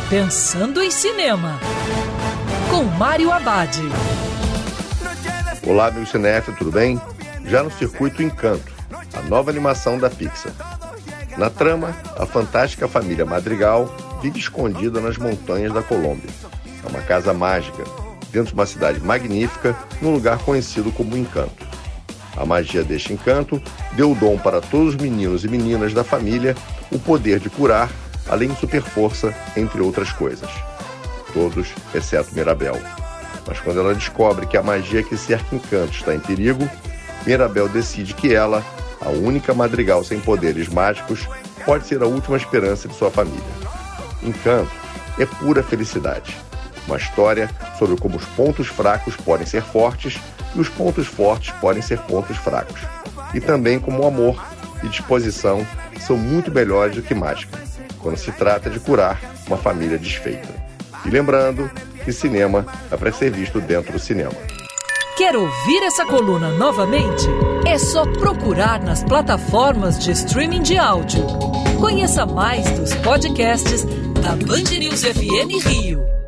Pensando em Cinema, com Mário Abad. Olá, amigo cinéfilo, tudo bem? Já no circuito Encanto, a nova animação da Pixar. Na trama, a fantástica família Madrigal vive escondida nas montanhas da Colômbia. É uma casa mágica, dentro de uma cidade magnífica, num lugar conhecido como Encanto. A magia deste encanto deu o dom para todos os meninos e meninas da família o poder de curar, além de super força, entre outras coisas. Todos, exceto Mirabel. Mas quando ela descobre que a magia que cerca Encanto está em perigo, Mirabel decide que ela, a única Madrigal sem poderes mágicos, pode ser a última esperança de sua família. Encanto é pura felicidade. Uma história sobre como os pontos fracos podem ser fortes e os pontos fortes podem ser pontos fracos. E também como o amor e disposição são muito melhores do que mágica, quando se trata de curar uma família desfeita. E lembrando que cinema é para ser visto dentro do cinema. Quer ouvir essa coluna novamente? É só procurar nas plataformas de streaming de áudio. Conheça mais dos podcasts da Band News FM Rio.